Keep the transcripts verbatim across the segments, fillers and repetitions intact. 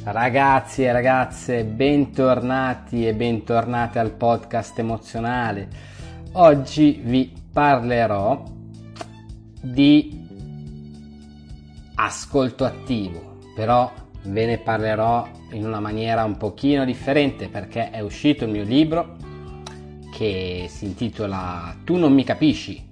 Ragazzi e ragazze, bentornati e bentornate al podcast emozionale. Oggi vi parlerò di ascolto attivo, però ve ne parlerò in una maniera un pochino differente perché è uscito il mio libro che si intitola Tu non mi capisci,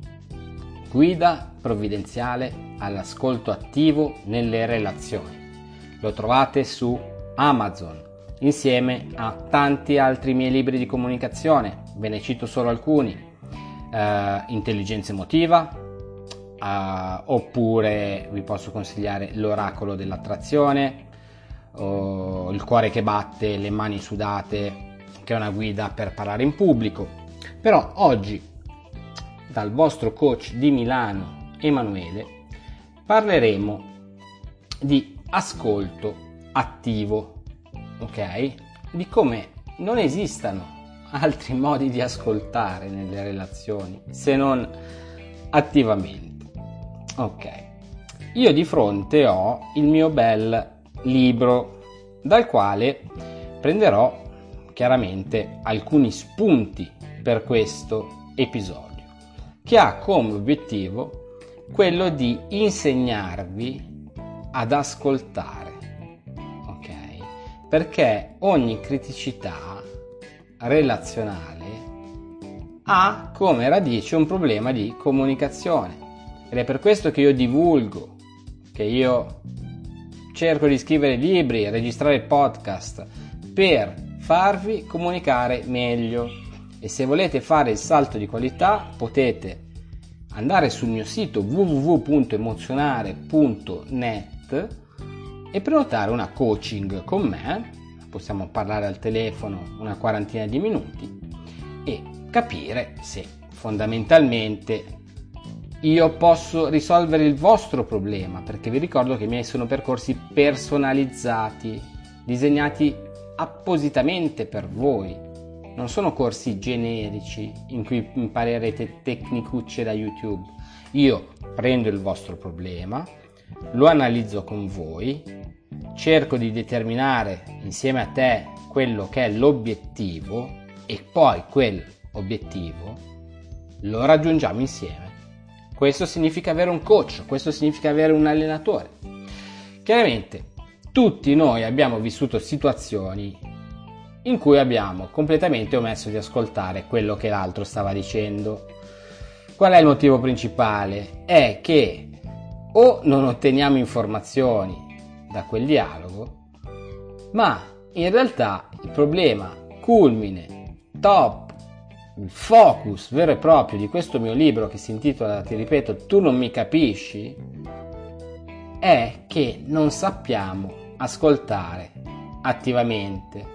guida provvidenziale all'ascolto attivo nelle relazioni. Lo trovate su Amazon insieme a tanti altri miei libri di comunicazione, ve ne cito solo alcuni: uh, Intelligenza emotiva, uh, oppure vi posso consigliare L'oracolo dell'attrazione, o Il cuore che batte, le mani sudate, che è una guida per parlare in pubblico. Però oggi, dal vostro coach di Milano Emanuele, parleremo di ascolto attivo, ok? Di come non esistano altri modi di ascoltare nelle relazioni se non attivamente. Ok, io di fronte ho il mio bel libro dal quale prenderò chiaramente alcuni spunti per questo episodio, che ha come obiettivo quello di insegnarvi ad ascoltare, ok? Perché ogni criticità relazionale ha come radice un problema di comunicazione, ed è per questo che io divulgo, che io cerco di scrivere libri, registrare podcast per farvi comunicare meglio. E se volete fare il salto di qualità potete andare sul mio sito w w w punto emozionare punto net e prenotare una coaching con me. Possiamo parlare al telefono una quarantina di minuti e capire se fondamentalmente io posso risolvere il vostro problema, perché vi ricordo che i miei sono percorsi personalizzati, disegnati appositamente per voi. Non sono corsi generici in cui imparerete tecnicucce da YouTube. Io prendo il vostro problema, lo analizzo con voi, cerco di determinare insieme a te quello che è l'obiettivo e poi quell'obiettivo lo raggiungiamo insieme. Questo significa avere un coach, questo significa avere un allenatore. Chiaramente tutti noi abbiamo vissuto situazioni in cui abbiamo completamente omesso di ascoltare quello che l'altro stava dicendo. Qual è il motivo principale? È che o non otteniamo informazioni da quel dialogo, ma in realtà il problema culmine, top, il focus vero e proprio di questo mio libro, che si intitola, ti ripeto, Tu non mi capisci, è che non sappiamo ascoltare attivamente.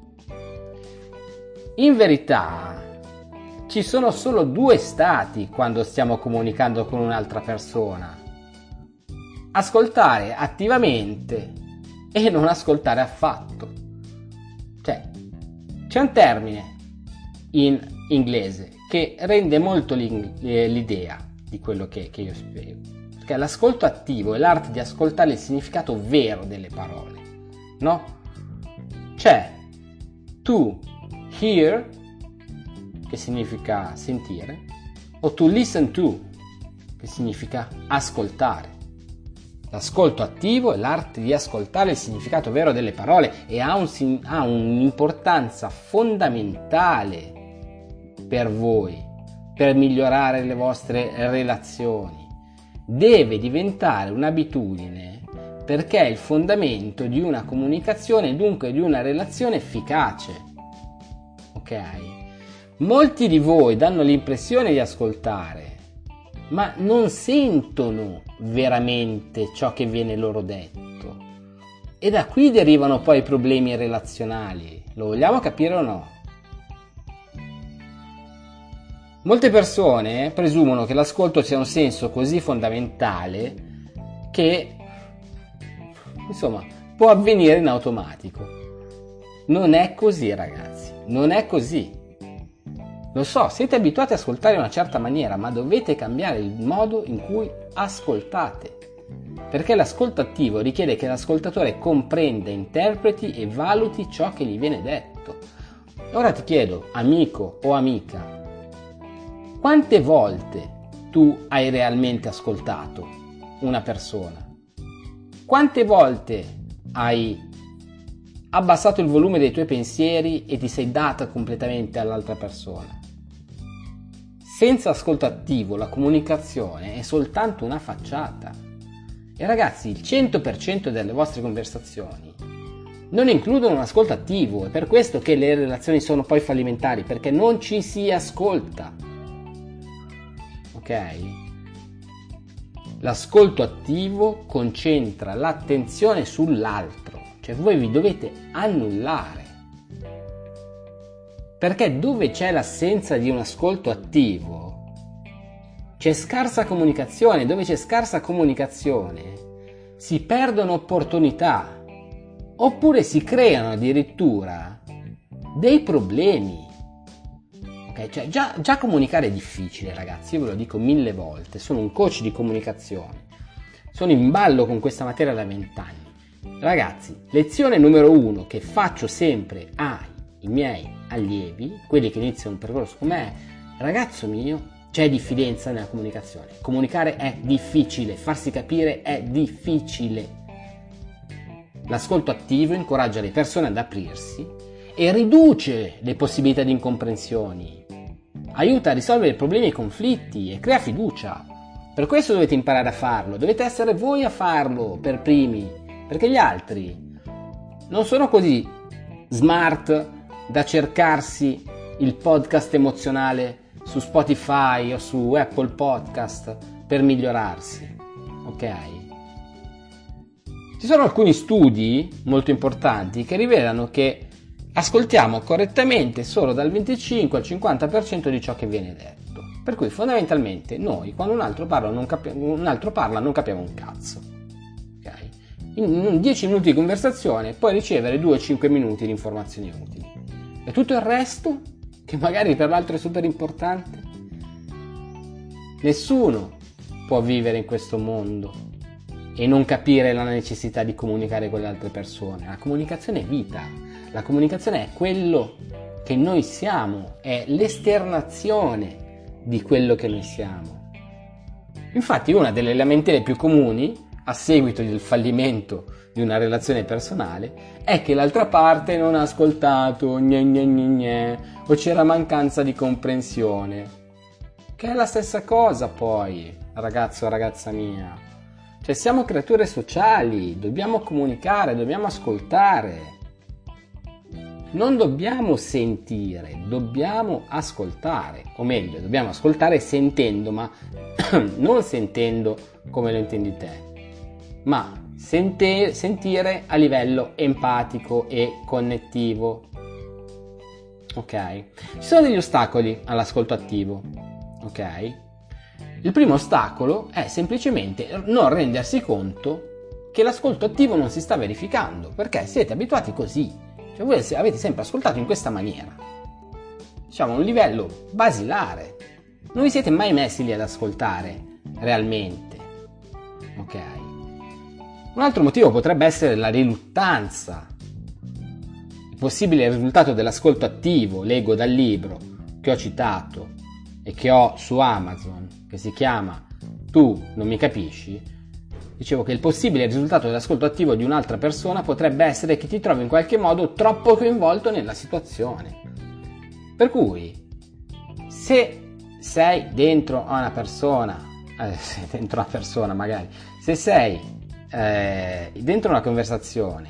In verità ci sono solo due stati quando stiamo comunicando con un'altra persona: ascoltare attivamente e non ascoltare affatto. Cioè, c'è un termine in inglese che rende molto l'idea di quello che, che io spiego, perché l'ascolto attivo è l'arte di ascoltare il significato vero delle parole, no? C'è to hear, che significa sentire, o to listen to, che significa ascoltare. L'ascolto attivo è l'arte di ascoltare il significato vero delle parole e ha, un, ha un'importanza fondamentale per voi, per migliorare le vostre relazioni. Deve diventare un'abitudine, perché è il fondamento di una comunicazione e dunque di una relazione efficace. Ok? Molti di voi danno l'impressione di ascoltare, ma non sentono veramente ciò che viene loro detto, e da qui derivano poi i problemi relazionali. Lo vogliamo capire o no? Molte persone presumono che l'ascolto sia un senso così fondamentale che, insomma, può avvenire in automatico. Non è così, ragazzi, non è così. Lo so, siete abituati ad ascoltare in una certa maniera, ma dovete cambiare il modo in cui ascoltate. Perché l'ascolto attivo richiede che l'ascoltatore comprenda, interpreti e valuti ciò che gli viene detto. Ora ti chiedo, amico o amica, quante volte tu hai realmente ascoltato una persona? Quante volte hai abbassato il volume dei tuoi pensieri e ti sei data completamente all'altra persona? Senza ascolto attivo la comunicazione è soltanto una facciata. E ragazzi, il cento per cento delle vostre conversazioni non includono un ascolto attivo. È per questo che le relazioni sono poi fallimentari, perché non ci si ascolta. Ok? L'ascolto attivo concentra l'attenzione sull'altro, cioè voi vi dovete annullare. Perché dove c'è l'assenza di un ascolto attivo c'è scarsa comunicazione, dove c'è scarsa comunicazione si perdono opportunità, oppure si creano addirittura dei problemi. Okay? Cioè, già, già comunicare è difficile, ragazzi, io ve lo dico mille volte, sono un coach di comunicazione, sono in ballo con questa materia da vent'anni. Ragazzi, lezione numero uno che faccio sempre ai miei allievi, quelli che iniziano un percorso con me, ragazzo mio, c'è diffidenza nella comunicazione. Comunicare è difficile, farsi capire è difficile. L'ascolto attivo incoraggia le persone ad aprirsi e riduce le possibilità di incomprensioni. Aiuta a risolvere problemi e conflitti e crea fiducia. Per questo dovete imparare a farlo, dovete essere voi a farlo per primi, perché gli altri non sono così smart da cercarsi il podcast emozionale su Spotify o su Apple Podcast per migliorarsi, ok? Ci sono alcuni studi molto importanti che rivelano che ascoltiamo correttamente solo dal venticinque al cinquanta per cento di ciò che viene detto. Per cui fondamentalmente noi quando un altro parla non, capi- un altro parla, non capiamo un cazzo, ok? In dieci minuti di conversazione puoi ricevere due cinque minuti di informazioni utili. E tutto il resto, che magari per l'altro è super importante, nessuno può vivere in questo mondo e non capire la necessità di comunicare con le altre persone. La comunicazione è vita, la comunicazione è quello che noi siamo, è l'esternazione di quello che noi siamo. Infatti una delle lamentele più comuni a seguito del fallimento di una relazione personale è che l'altra parte non ha ascoltato, gne gne gne gne, o c'era mancanza di comprensione, che è la stessa cosa poi, ragazzo o ragazza mia. Cioè siamo creature sociali, dobbiamo comunicare, dobbiamo ascoltare, non dobbiamo sentire, dobbiamo ascoltare, o meglio, dobbiamo ascoltare sentendo, ma non sentendo come lo intendi te, ma sente, sentire a livello empatico e connettivo. Ok? Ci sono degli ostacoli all'ascolto attivo, ok? Il primo ostacolo è semplicemente non rendersi conto che l'ascolto attivo non si sta verificando, perché siete abituati così, cioè voi avete sempre ascoltato in questa maniera, diciamo a un livello basilare, non vi siete mai messi lì ad ascoltare realmente, ok? Un altro motivo potrebbe essere la riluttanza. Il possibile risultato dell'ascolto attivo, leggo dal libro che ho citato e che ho su Amazon, che si chiama Tu non mi capisci, dicevo che il possibile risultato dell'ascolto attivo di un'altra persona potrebbe essere che ti trovi in qualche modo troppo coinvolto nella situazione. Per cui, se sei dentro a una persona, eh, dentro una persona magari, se sei eh, dentro una conversazione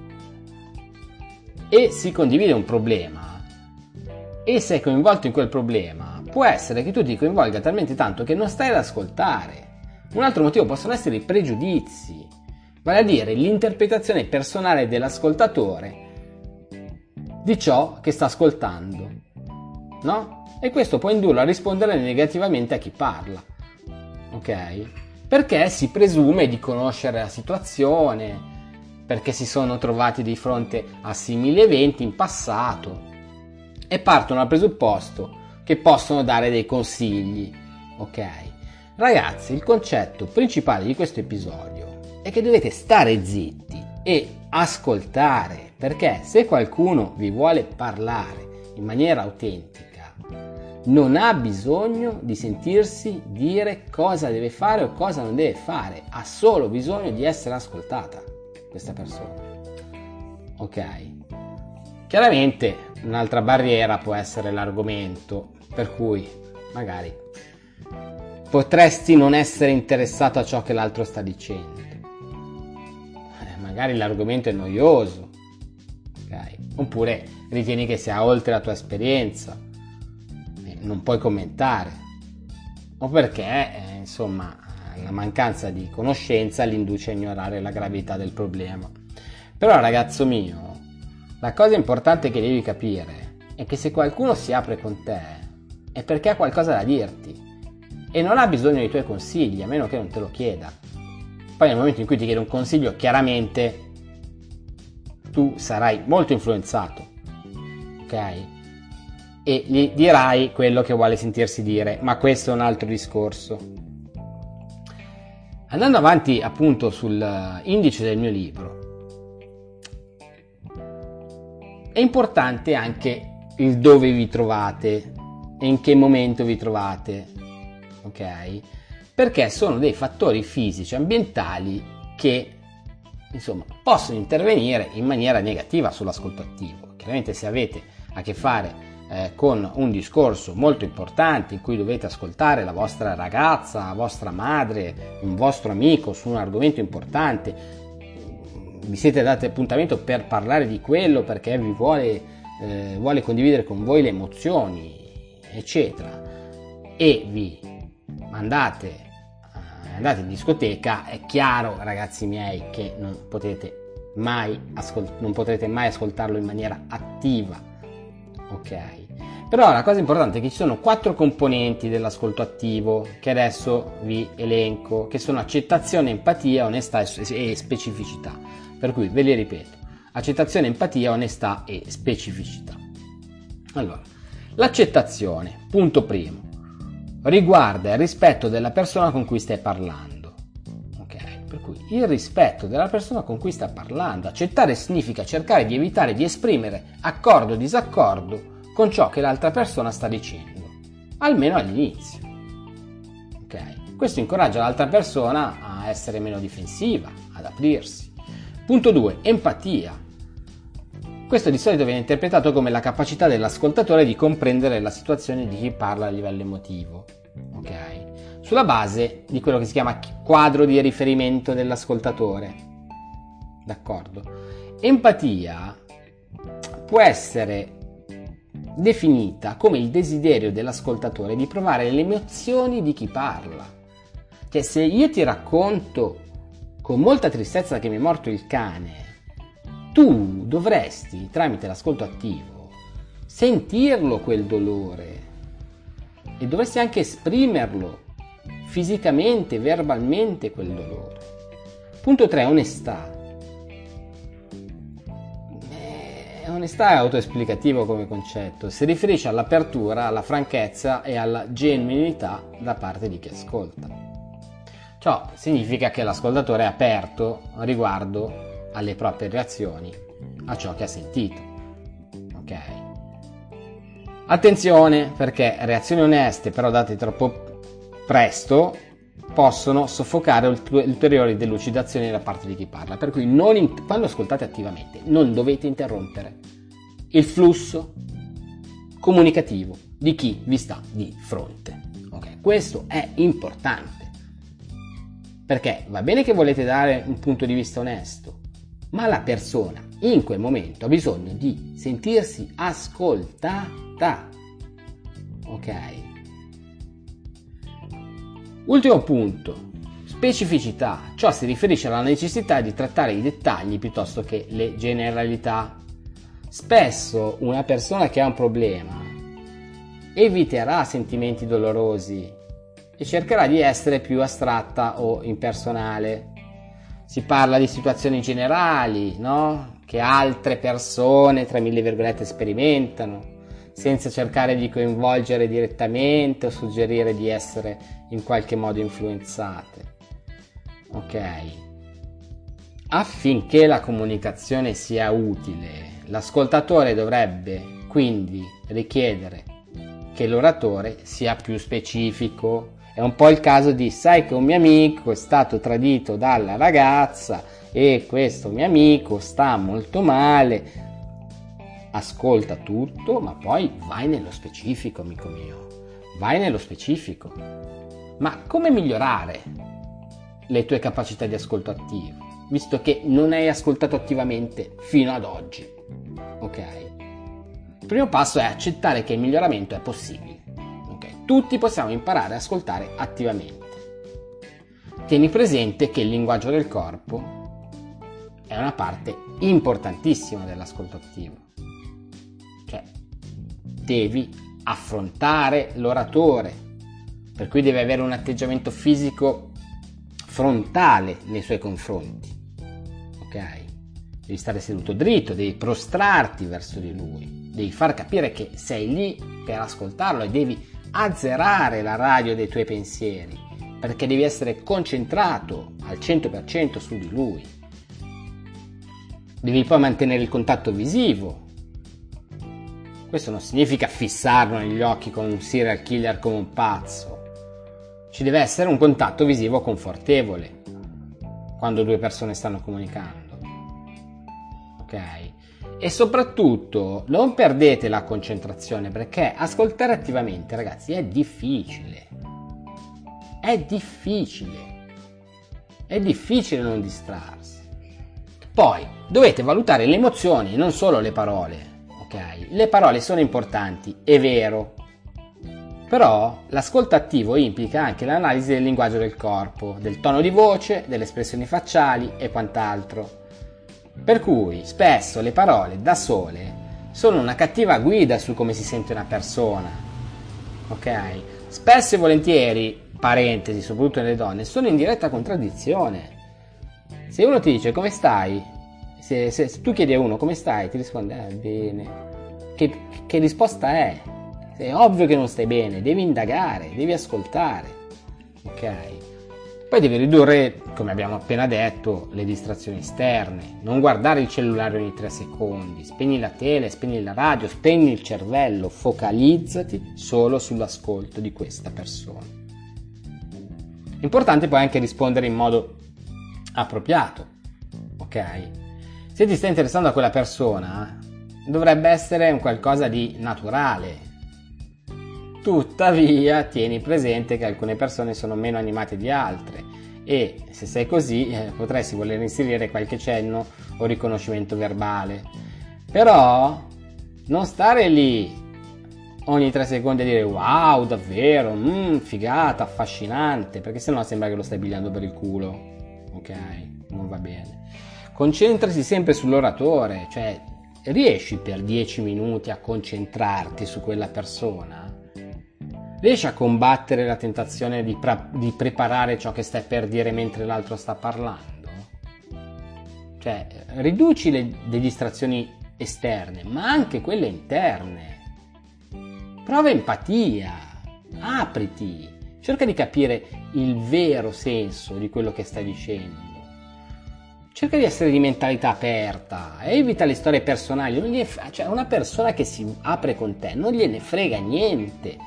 e si condivide un problema e sei coinvolto in quel problema, può essere che tu ti coinvolga talmente tanto che non stai ad ascoltare. Un altro motivo possono essere i pregiudizi, vale a dire l'interpretazione personale dell'ascoltatore di ciò che sta ascoltando, no? E questo può indurlo a rispondere negativamente a chi parla, ok? Perché si presume di conoscere la situazione, perché si sono trovati di fronte a simili eventi in passato e partono dal presupposto che possono dare dei consigli, ok? Ragazzi, il concetto principale di questo episodio è che dovete stare zitti e ascoltare, perché se qualcuno vi vuole parlare in maniera autentica, non ha bisogno di sentirsi dire cosa deve fare o cosa non deve fare, ha solo bisogno di essere ascoltata questa persona. Ok? Chiaramente un'altra barriera può essere l'argomento, per cui magari potresti non essere interessato a ciò che l'altro sta dicendo. Eh, magari l'argomento è noioso, ok? Oppure ritieni che sia oltre la tua esperienza, eh, non puoi commentare, o perché eh, insomma la mancanza di conoscenza l'induce a ignorare la gravità del problema. Però ragazzo mio, la cosa importante che devi capire è che se qualcuno si apre con te è perché ha qualcosa da dirti e non ha bisogno dei tuoi consigli, a meno che non te lo chieda. Poi nel momento in cui ti chiede un consiglio, chiaramente tu sarai molto influenzato, ok? E gli dirai quello che vuole sentirsi dire, ma questo è un altro discorso. Andando avanti appunto sull'indice del mio libro, è importante anche il dove vi trovate e in che momento vi trovate, ok? Perché sono dei fattori fisici, ambientali che insomma possono intervenire in maniera negativa sull'ascolto attivo. Chiaramente se avete a che fare eh, con un discorso molto importante in cui dovete ascoltare la vostra ragazza, la vostra madre, un vostro amico su un argomento importante, vi siete dati appuntamento per parlare di quello perché vi vuole, eh, vuole condividere con voi le emozioni, eccetera, e vi andate, eh, andate in discoteca, è chiaro, ragazzi miei, che non potete mai, ascol- non potrete mai ascoltarlo in maniera attiva, ok? Però la cosa importante è che ci sono quattro componenti dell'ascolto attivo che adesso vi elenco, che sono accettazione, empatia, onestà e specificità. Per cui ve li ripeto: accettazione, empatia, onestà e specificità. Allora, l'accettazione, punto primo, riguarda il rispetto della persona con cui stai parlando. Ok? Per cui il rispetto della persona con cui stai parlando. Accettare significa cercare di evitare di esprimere accordo o disaccordo con ciò che l'altra persona sta dicendo, almeno all'inizio. Ok? Questo incoraggia l'altra persona a essere meno difensiva, ad aprirsi. Punto due. Empatia. Questo di solito viene interpretato come la capacità dell'ascoltatore di comprendere la situazione di chi parla a livello emotivo, ok? Sulla base di quello che si chiama quadro di riferimento dell'ascoltatore, d'accordo? Empatia può essere definita come il desiderio dell'ascoltatore di provare le emozioni di chi parla. Cioè, se io ti racconto con molta tristezza che mi è morto il cane, tu dovresti, tramite l'ascolto attivo, sentirlo quel dolore e dovresti anche esprimerlo fisicamente, verbalmente quel dolore. Punto tre. Onestà. Eh, onestà è autoesplicativo come concetto, si riferisce all'apertura, alla franchezza e alla genuinità da parte di chi ascolta. Ciò significa che l'ascoltatore è aperto riguardo alle proprie reazioni a ciò che ha sentito. Ok? Attenzione, perché reazioni oneste però date troppo presto possono soffocare ulteriori delucidazioni da parte di chi parla. Per cui non in- quando ascoltate attivamente non dovete interrompere il flusso comunicativo di chi vi sta di fronte. Ok? Questo è importante. Perché va bene che volete dare un punto di vista onesto, ma la persona in quel momento ha bisogno di sentirsi ascoltata. Ok? Ultimo punto, specificità. Ciò si riferisce alla necessità di trattare i dettagli piuttosto che le generalità. Spesso una persona che ha un problema eviterà sentimenti dolorosi e cercherà di essere più astratta o impersonale. Si parla di situazioni generali, no? Che altre persone, tra mille virgolette, sperimentano, senza cercare di coinvolgere direttamente o suggerire di essere in qualche modo influenzate. Ok? Affinché la comunicazione sia utile, l'ascoltatore dovrebbe quindi richiedere che l'oratore sia più specifico. È un po' il caso di: sai che un mio amico è stato tradito dalla ragazza e questo mio amico sta molto male. Ascolta tutto, ma poi vai nello specifico, amico mio. Vai nello specifico. Ma come migliorare le tue capacità di ascolto attivo, visto che non hai ascoltato attivamente fino ad oggi? Ok? Il primo passo è accettare che il miglioramento è possibile. Ok? Tutti possiamo imparare ad ascoltare attivamente. Tieni presente che il linguaggio del corpo è una parte importantissima dell'ascolto attivo. Cioè, devi affrontare l'oratore, per cui devi avere un atteggiamento fisico frontale nei suoi confronti. Ok? Devi stare seduto dritto, devi prostrarti verso di lui, devi far capire che sei lì per ascoltarlo e devi azzerare la radio dei tuoi pensieri, perché devi essere concentrato al cento per cento su di lui. Devi poi mantenere il contatto visivo. Questo non significa fissarlo negli occhi con un serial killer come un pazzo. Ci deve essere un contatto visivo confortevole quando due persone stanno comunicando. Ok? E soprattutto non perdete la concentrazione, perché ascoltare attivamente, ragazzi, è difficile. È difficile. È difficile non distrarsi. Poi dovete valutare le emozioni, non solo le parole. Ok? Le parole sono importanti, è vero. Però l'ascolto attivo implica anche l'analisi del linguaggio del corpo, del tono di voce, delle espressioni facciali e quant'altro. Per cui spesso le parole da sole sono una cattiva guida su come si sente una persona. Ok? Spesso e volentieri, parentesi, soprattutto nelle donne, sono in diretta contraddizione. Se uno ti dice come stai, se, se, se tu chiedi a uno come stai, ti risponde eh, bene. Che, che risposta è? È ovvio che non stai bene, devi indagare, devi ascoltare. Ok? Poi devi ridurre, come abbiamo appena detto, le distrazioni esterne. Non guardare il cellulare ogni tre secondi. Spegni la tele, spegni la radio, spegni il cervello. Focalizzati solo sull'ascolto di questa persona. Importante poi anche rispondere in modo appropriato. Ok? Se ti stai interessando a quella persona, dovrebbe essere un qualcosa di naturale. Tuttavia, tieni presente che alcune persone sono meno animate di altre e se sei così eh, potresti voler inserire qualche cenno o riconoscimento verbale. Però non stare lì ogni tre secondi a dire wow, davvero, mm, figata, affascinante, perché sennò sembra che lo stai pigliando per il culo. Ok? Non va bene. Concentrati sempre sull'oratore, cioè riesci per dieci minuti a concentrarti su quella persona? Riesci a combattere la tentazione di, pra- di preparare ciò che stai per dire mentre l'altro sta parlando? Cioè, riduci le, le distrazioni esterne, ma anche quelle interne. Prova empatia, apriti, cerca di capire il vero senso di quello che stai dicendo. Cerca di essere di mentalità aperta, evita le storie personali. Non gliene f- cioè, una persona che si apre con te non gliene frega niente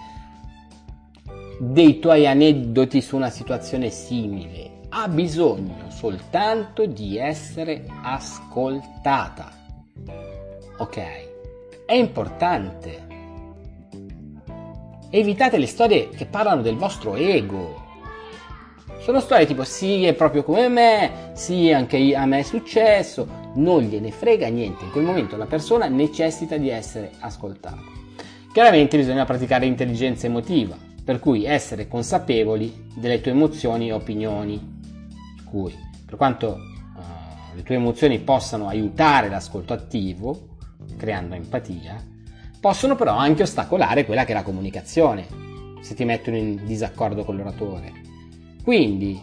dei tuoi aneddoti su una situazione simile, ha bisogno soltanto di essere ascoltata. Ok? È importante. Evitate le storie che parlano del vostro ego. Sono storie tipo sì, è proprio come me, sì, anche io, a me è successo. Non gliene frega niente. In quel momento la persona necessita di essere ascoltata. Chiaramente bisogna praticare intelligenza emotiva, per cui essere consapevoli delle tue emozioni e opinioni, cui per quanto uh, le tue emozioni possano aiutare l'ascolto attivo, creando empatia, possono però anche ostacolare quella che è la comunicazione, se ti mettono in disaccordo con l'oratore. Quindi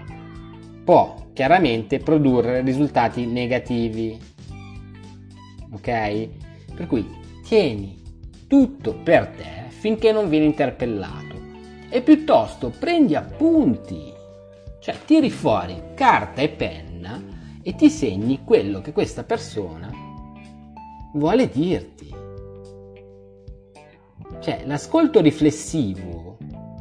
può chiaramente produrre risultati negativi. Ok? Per cui tieni tutto per te finché non vieni interpellato e piuttosto prendi appunti, cioè tiri fuori carta e penna e ti segni quello che questa persona vuole dirti. Cioè, l'ascolto riflessivo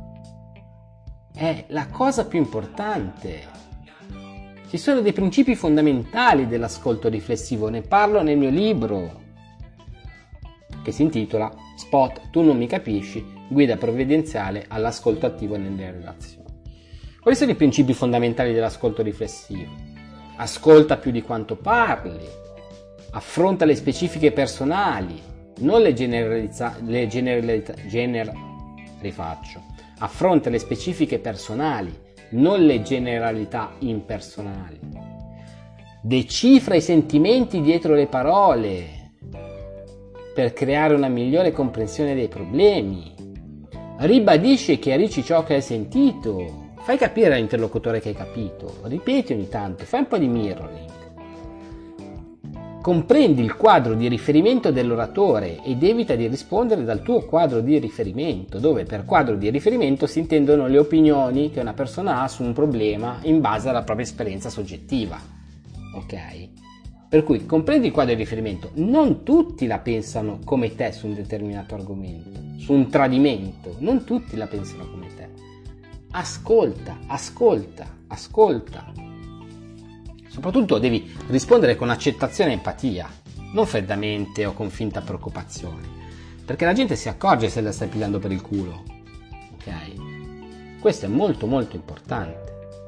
è la cosa più importante. Ci sono dei principi fondamentali dell'ascolto riflessivo, ne parlo nel mio libro che si intitola Spot, tu non mi capisci, guida provvidenziale all'ascolto attivo nelle relazioni. Quali sono i principi fondamentali dell'ascolto riflessivo? Ascolta più di quanto parli, affronta le specifiche personali, non le generalizza, le generalizza, gener, rifaccio, affronta le specifiche personali, non le generalità impersonali. Decifra i sentimenti dietro le parole per creare una migliore comprensione dei problemi. Ribadisci e chiarisci ciò che hai sentito. Fai capire all'interlocutore che hai capito. Ripeti ogni tanto, fai un po' di mirroring. Comprendi il quadro di riferimento dell'oratore ed evita di rispondere dal tuo quadro di riferimento, dove per quadro di riferimento si intendono le opinioni che una persona ha su un problema in base alla propria esperienza soggettiva. Ok? Per cui comprendi il quadro di riferimento. Non tutti la pensano come te su un determinato argomento, su un tradimento. Non tutti la pensano come te. Ascolta, ascolta, ascolta. Soprattutto devi rispondere con accettazione e empatia, non freddamente o con finta preoccupazione, perché la gente si accorge se la stai pigliando per il culo. Ok? Questo è molto molto importante.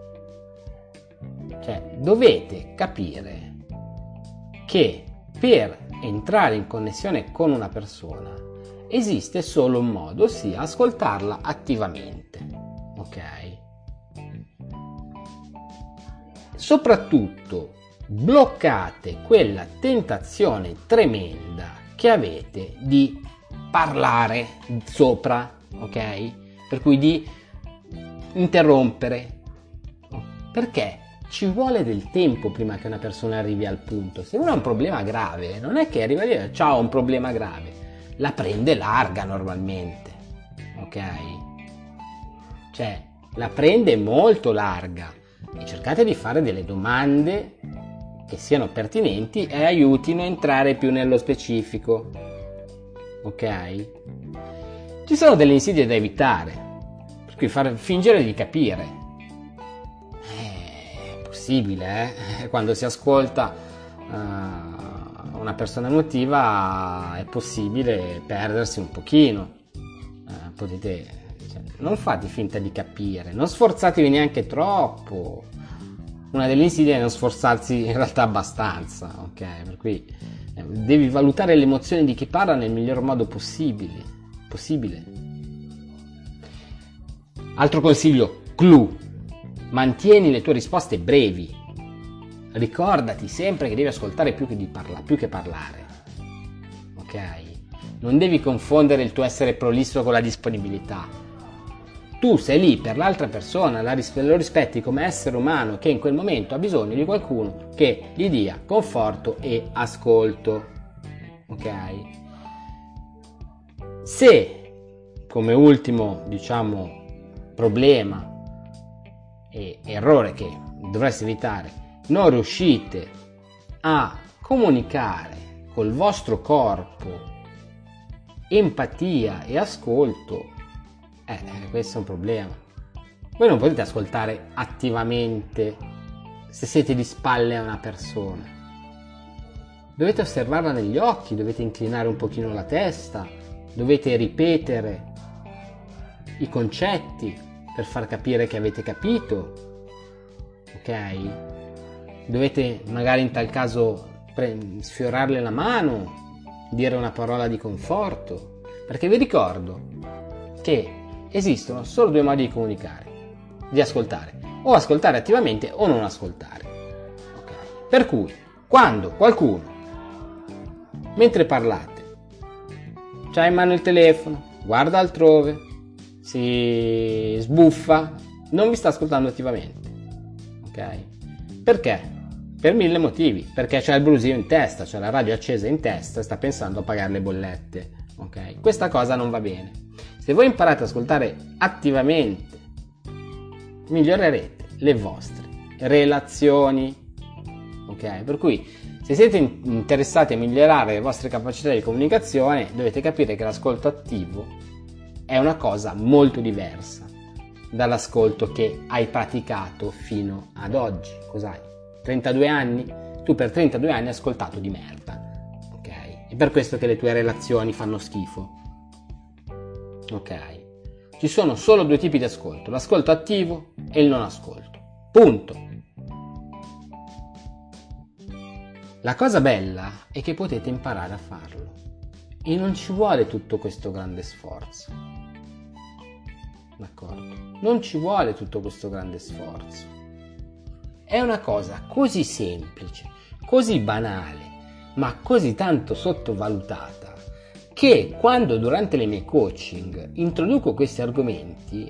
Cioè, dovete capire che per entrare in connessione con una persona esiste solo un modo, ossia ascoltarla attivamente. Ok? Soprattutto bloccate quella tentazione tremenda che avete di parlare sopra, ok? Per cui di interrompere. Perché? Ci vuole del tempo prima che una persona arrivi al punto. Se uno ha un problema grave, non è che arriva a dire ciao, ho un problema grave. La prende larga normalmente, ok? Cioè, la prende molto larga e cercate di fare delle domande che siano pertinenti e aiutino a entrare più nello specifico, ok? Ci sono delle insidie da evitare, per cui far fingere di capire. Possibile, eh? Quando si ascolta uh, una persona emotiva è possibile perdersi un pochino. Uh, potete, cioè, non fate finta di capire, non sforzatevi neanche troppo. Una delle insidie è non sforzarsi in realtà abbastanza, ok? Per cui eh, devi valutare le emozioni di chi parla nel miglior modo possibile. possibile. Altro consiglio, clou. Mantieni le tue risposte brevi. Ricordati sempre che devi ascoltare più che, di parla- più che parlare. Ok? Non devi confondere il tuo essere prolisso con la disponibilità. Tu sei lì per l'altra persona, la ris- lo rispetti come essere umano che in quel momento ha bisogno di qualcuno che gli dia conforto e ascolto. Ok? Se, come ultimo, diciamo, problema e errore che dovreste evitare, non riuscite a comunicare col vostro corpo empatia e ascolto, eh, questo è un problema. Voi non potete ascoltare attivamente se siete di spalle a una persona. Dovete osservarla negli occhi, dovete inclinare un pochino la testa, dovete ripetere i concetti per far capire che avete capito, ok? Dovete magari in tal caso pre- sfiorarle la mano, dire una parola di conforto, perché vi ricordo che esistono solo due modi di comunicare, di ascoltare, o ascoltare attivamente o non ascoltare, okay? Per cui quando qualcuno, mentre parlate, c'ha in mano il telefono, guarda altrove, si sbuffa, non vi sta ascoltando attivamente, ok? Perché? Per mille motivi, perché c'è il brusio in testa, c'è la radio accesa in testa e sta pensando a pagare le bollette, ok? Questa cosa non va bene. Se voi imparate ad ascoltare attivamente, migliorerete le vostre relazioni, ok? Per cui se siete interessati a migliorare le vostre capacità di comunicazione, dovete capire che l'ascolto attivo è una cosa molto diversa dall'ascolto che hai praticato fino ad oggi. Cos'hai? trentadue anni? Tu per trentadue anni hai ascoltato di merda, ok? È per questo che le tue relazioni fanno schifo, ok? Ci sono solo due tipi di ascolto, l'ascolto attivo e il non ascolto, punto. La cosa bella è che potete imparare a farlo e non ci vuole tutto questo grande sforzo, d'accordo? Non ci vuole tutto questo grande sforzo. È una cosa così semplice, così banale, ma così tanto sottovalutata, che quando durante le mie coaching introduco questi argomenti,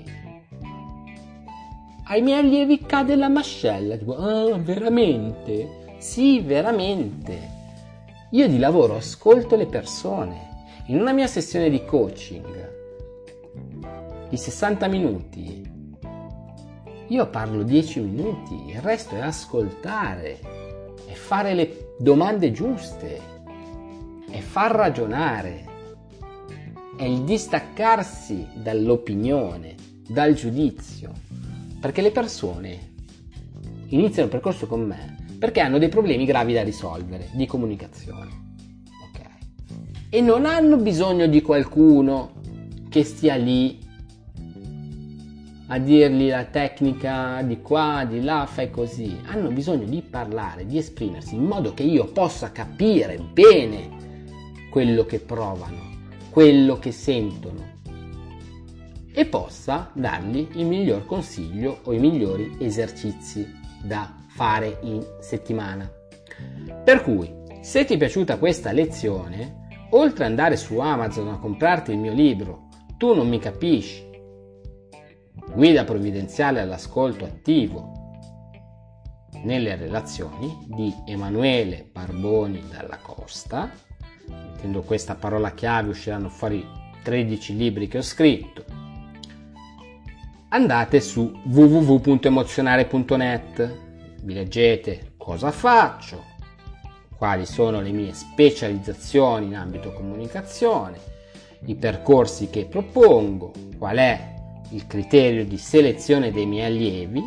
ai miei allievi cade la mascella, tipo, ah, veramente? Sì, veramente. Io di lavoro ascolto le persone. In una mia sessione di coaching di sessanta minuti, io parlo dieci minuti, il resto è ascoltare, è fare le domande giuste, è far ragionare, è il distaccarsi dall'opinione, dal giudizio, perché le persone iniziano il percorso con me perché hanno dei problemi gravi da risolvere di comunicazione, ok? E non hanno bisogno di qualcuno che stia lì a dirgli la tecnica di qua, di là, fai così. Hanno bisogno di parlare, di esprimersi in modo che io possa capire bene quello che provano, quello che sentono e possa dargli il miglior consiglio o i migliori esercizi da fare in settimana. Per cui, se ti è piaciuta questa lezione, oltre ad andare su Amazon a comprarti il mio libro Tu non mi capisci, guida provvidenziale all'ascolto attivo nelle relazioni di Emanuele Barboni Dalla Costa, mettendo questa parola chiave usciranno fuori tredici libri che ho scritto, andate su w w w punto emozionare punto net, vi leggete cosa faccio, quali sono le mie specializzazioni in ambito comunicazione, i percorsi che propongo, qual è il criterio di selezione dei miei allievi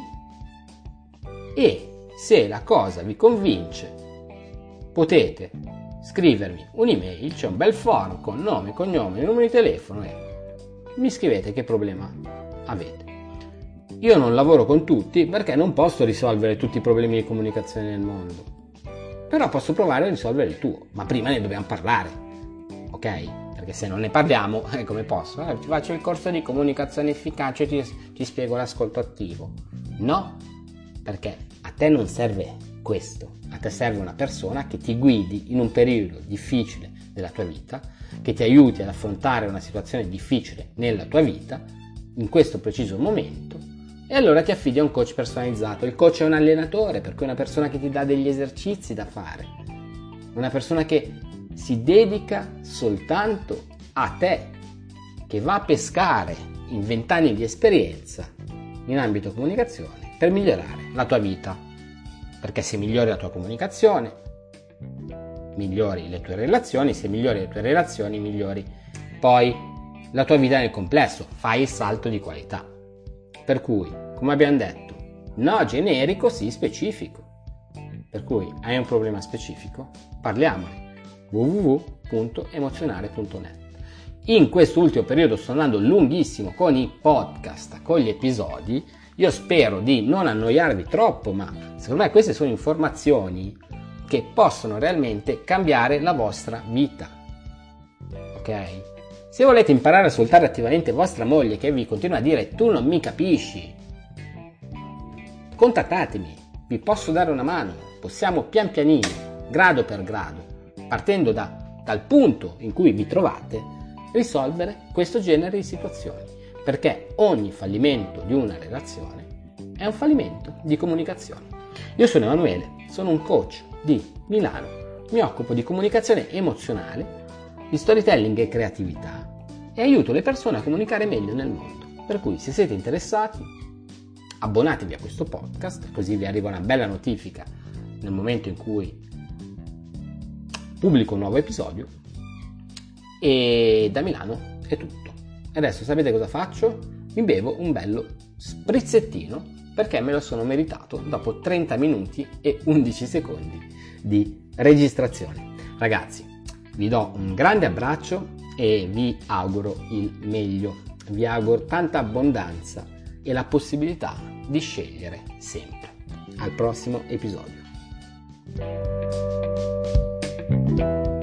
e se la cosa vi convince potete scrivermi un'email, c'è un bel form con nome, cognome e numero di telefono e mi scrivete che problema avete. Io non lavoro con tutti perché non posso risolvere tutti i problemi di comunicazione nel mondo, però posso provare a risolvere il tuo, ma prima ne dobbiamo parlare, ok? Perché se non ne parliamo, eh, come posso? Eh, ti faccio il corso di comunicazione efficace, ti, ti spiego l'ascolto attivo. No, perché a te non serve questo, a te serve una persona che ti guidi in un periodo difficile della tua vita, che ti aiuti ad affrontare una situazione difficile nella tua vita, in questo preciso momento, e allora ti affidi a un coach personalizzato. Il coach è un allenatore, per cui è una persona che ti dà degli esercizi da fare, una persona che si dedica soltanto a te, che va a pescare in vent'anni di esperienza in ambito comunicazione per migliorare la tua vita, perché se migliori la tua comunicazione migliori le tue relazioni, se migliori le tue relazioni migliori poi la tua vita nel complesso, fai il salto di qualità. Per cui, come abbiamo detto, no generico, sì specifico. Per cui hai un problema specifico? Parliamone. w w w punto emozionare punto net. In quest'ultimo periodo sto andando lunghissimo con i podcast, con gli episodi. Io spero di non annoiarvi troppo, ma secondo me queste sono informazioni che possono realmente cambiare la vostra vita. Ok? Se volete imparare a ascoltare attivamente vostra moglie che vi continua a dire tu non mi capisci, contattatemi, vi posso dare una mano, possiamo pian pianino, grado per grado, partendo da, dal punto in cui vi trovate, risolvere questo genere di situazioni, perché ogni fallimento di una relazione è un fallimento di comunicazione. Io sono Emanuele, sono un coach di Milano, mi occupo di comunicazione emozionale, di storytelling e creatività e aiuto le persone a comunicare meglio nel mondo. Per cui se siete interessati abbonatevi a questo podcast, così vi arriva una bella notifica nel momento in cui pubblico un nuovo episodio. E da Milano è tutto. Adesso sapete cosa faccio? Mi bevo un bello sprizzettino, perché me lo sono meritato dopo trenta minuti e undici secondi di registrazione. Ragazzi, vi do un grande abbraccio e vi auguro il meglio. Vi auguro tanta abbondanza e la possibilità di scegliere sempre. Al prossimo episodio.